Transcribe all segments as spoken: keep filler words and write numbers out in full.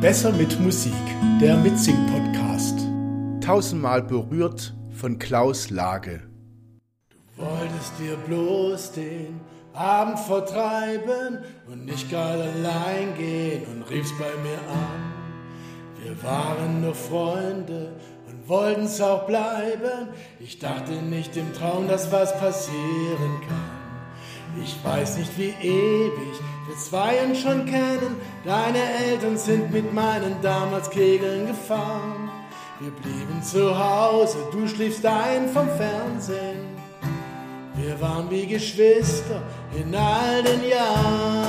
Besser mit Musik, der Mitsing-Podcast. Tausendmal berührt von Klaus Lage. Du wolltest dir bloß den Abend vertreiben und nicht gerade allein gehen und riefst bei mir an. Wir waren nur Freunde und wollten's auch bleiben. Ich dachte nicht im Traum, dass was passieren kann. Ich weiß nicht, wie ewig wir zwei uns schon kennen. Deine Eltern sind mit meinen damals Kegeln gefahren. Wir blieben zu Hause, du schliefst ein vom Fernsehen. Wir waren wie Geschwister in all den Jahren.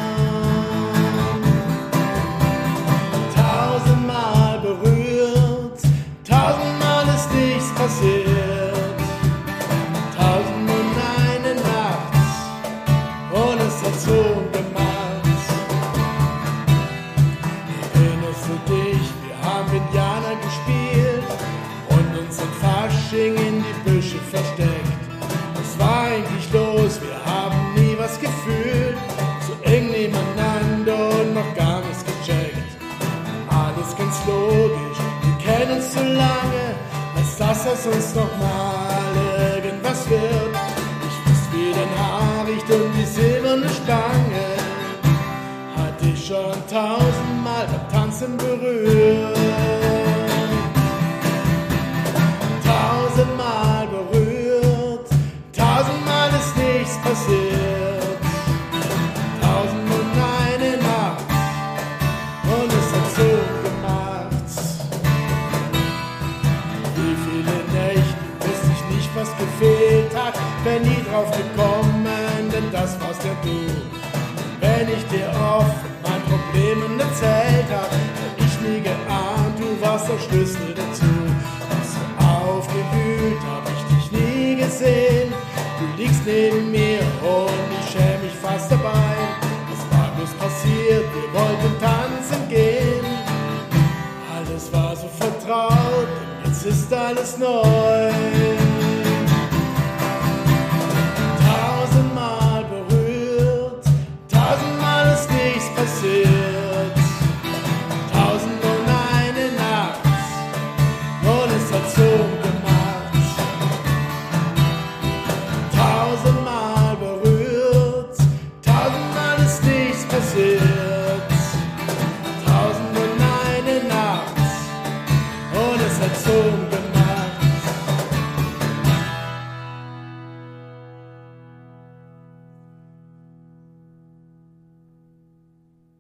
Tausendmal berührt, tausendmal ist nichts passiert. Tausend und eine Nacht und es hat so gemacht. Erinnerst du dich, wir haben Indianer gespielt und uns in Fasching in die Büsche versteckt. Was war eigentlich los? Wir haben nie was gefühlt, so eng nebeneinander und noch gar nichts gecheckt. Alles ganz logisch, wir kennen uns zu lange, als dass aus uns noch mal irgendwas wird. Ich wusste wie dein Haarricht und die silberne Stange, hat dich schon tausendmal beim Tanzen berührt. Tausendmal berührt, tausendmal ist nichts passiert. Tausend und eine Nacht und es hat so gemacht. Wie viele Nächte wusste ich nicht, was gefehlt hat. Bin nie drauf gekommen, denn das warst ja du. Und wenn ich dir offen mein Problem erzählt hab, hab ich nie geahnt, du warst der Schlüssel dazu. Aufgewühlt hab ich dich nie gesehen. Du liegst neben mir und ich schäm mich fast dabei. Was war bloß passiert? Wir wollten tanzen gehen. Alles war so vertraut, jetzt ist alles neu.